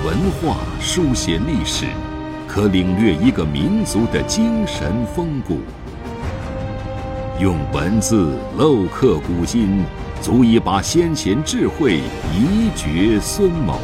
文化，书写历史，可领略一个民族的精神风骨。用文字镂刻古今，足以把先贤智慧遗绝孙谋。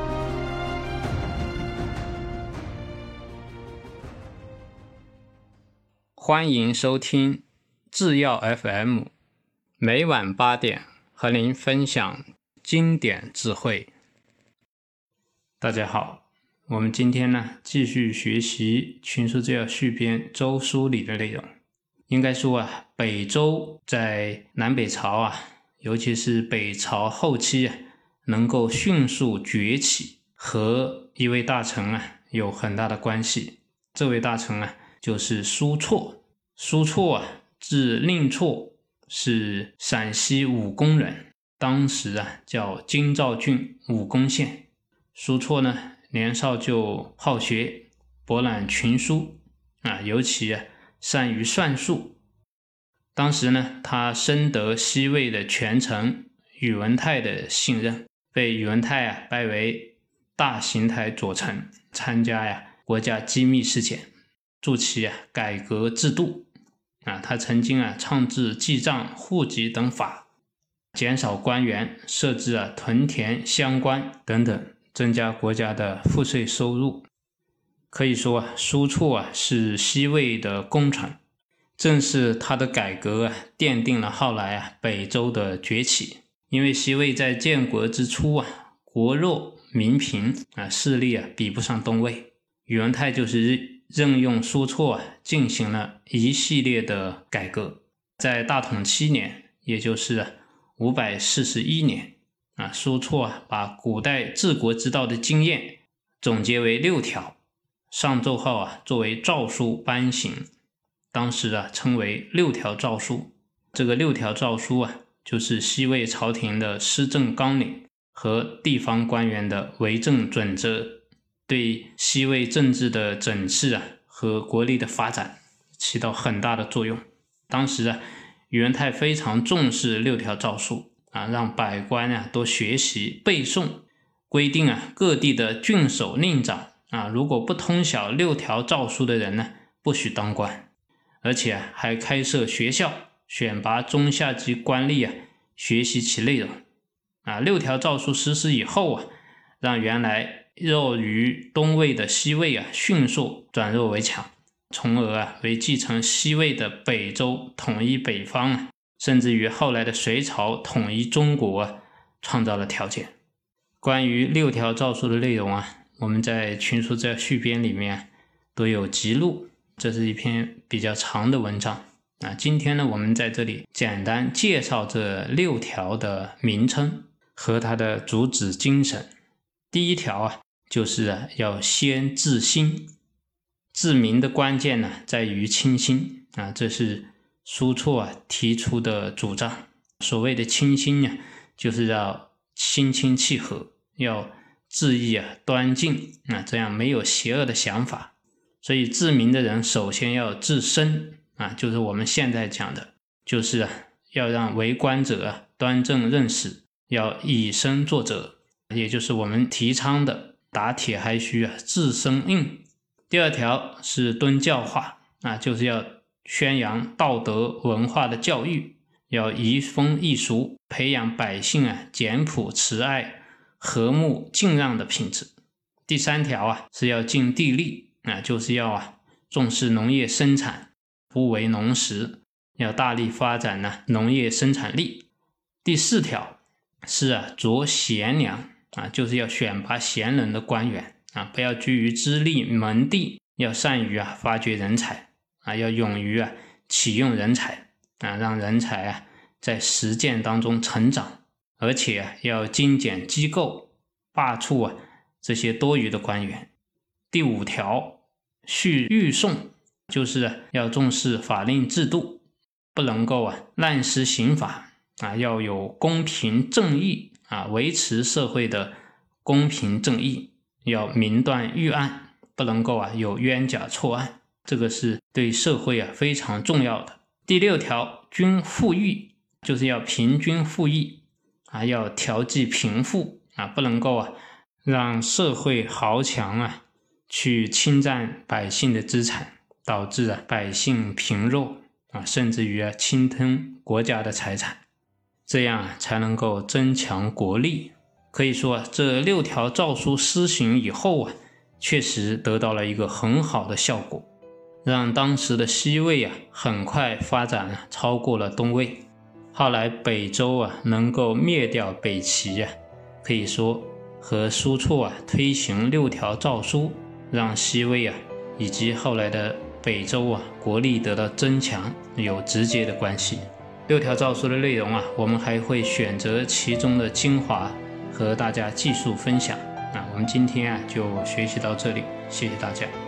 欢迎收听制药 FM， 每晚8点和您分享经典智慧。大家好，我们今天呢继续学习《群书治要续编》周书里的内容。应该说啊，北周在南北朝啊，尤其是北朝后期啊，能够迅速崛起，和一位大臣啊有很大的关系。这位大臣啊就是苏绰。苏绰啊字令绰，是陕西武功人，当时啊叫京兆郡武功县。苏绰呢年少就好学，博览群书啊，尤其啊善于算术。当时呢他深得西魏的权臣宇文泰的信任，被宇文泰啊拜为大行台左丞，参加国家机密事件，助其改革制度他曾经倡制记账、户籍等法，减少官员，设置屯田、乡官等等，增加国家的赋税收入。可以说苏绰是西魏的功臣，正是他的改革奠定了后来北周的崛起。因为西魏在建国之初国弱民贫势力比不上东魏，宇文泰就是任用苏绰进行了一系列的改革。在大统7年，也就是541年苏绰把古代治国之道的经验总结为6条，上奏后作为诏书颁行，当时称为6条诏书。这个6条诏书就是西魏朝廷的施政纲领和地方官员的为政准则，对西魏政治的整治和国力的发展起到很大的作用。当时宇文泰非常重视6条诏书让百官都学习背诵，规定各地的郡守令长如果不通晓6条诏书的人不许当官，而且还开设学校，选拔中下级官吏学习其内容6条诏书实施以后让原来弱于东魏的西魏迅速转弱为强，从而为继承西魏的北周统一北方甚至于后来的隋朝统一中国创造了条件。关于6条诏书的内容我们在群书治要续编里面都有辑录，这是一篇比较长的文章今天呢我们在这里简单介绍这6条的名称和它的主旨精神。第1条就是要先治心。治民的关键在于清心这是苏绰提出的主张。所谓的清心就是要心清气和，要志意端静这样没有邪恶的想法。所以治民的人首先要治身就是我们现在讲的，就是要让为官者端正认识，要以身作则，也就是我们提倡的打铁还需自身硬。第2条是敦教化就是要宣扬道德文化的教育，要移风易俗，培养百姓简朴慈爱、和睦敬让的品质。第3条是要尽地利就是要重视农业生产，不为农时，要大力发展农业生产力。第4条是擢贤良就是要选拔贤能的官员不要居于资历门第，要善于发掘人才要勇于启用人才让人才在实践当中成长，而且要精简机构，罢黜这些多余的官员。第5条续御讼，就是要重视法令制度，不能够滥施刑法要有公平正义维持社会的公平正义，要明断预案，不能够有冤假错案，这个是对社会非常重要的。第6条均富裕，就是要平均富裕要调剂贫富不能够让社会豪强去侵占百姓的资产，导致百姓贫弱甚至于侵吞国家的财产，这样才能够增强国力。可以说这6条诏书施行以后确实得到了一个很好的效果，让当时的西魏很快发展超过了东魏。后来北周能够灭掉北齐可以说和苏绰推行6条诏书，让西魏以及后来的北周国力得到增强有直接的关系。6条诏书的内容我们还会选择其中的精华和大家技术分享。那我们今天就学习到这里，谢谢大家。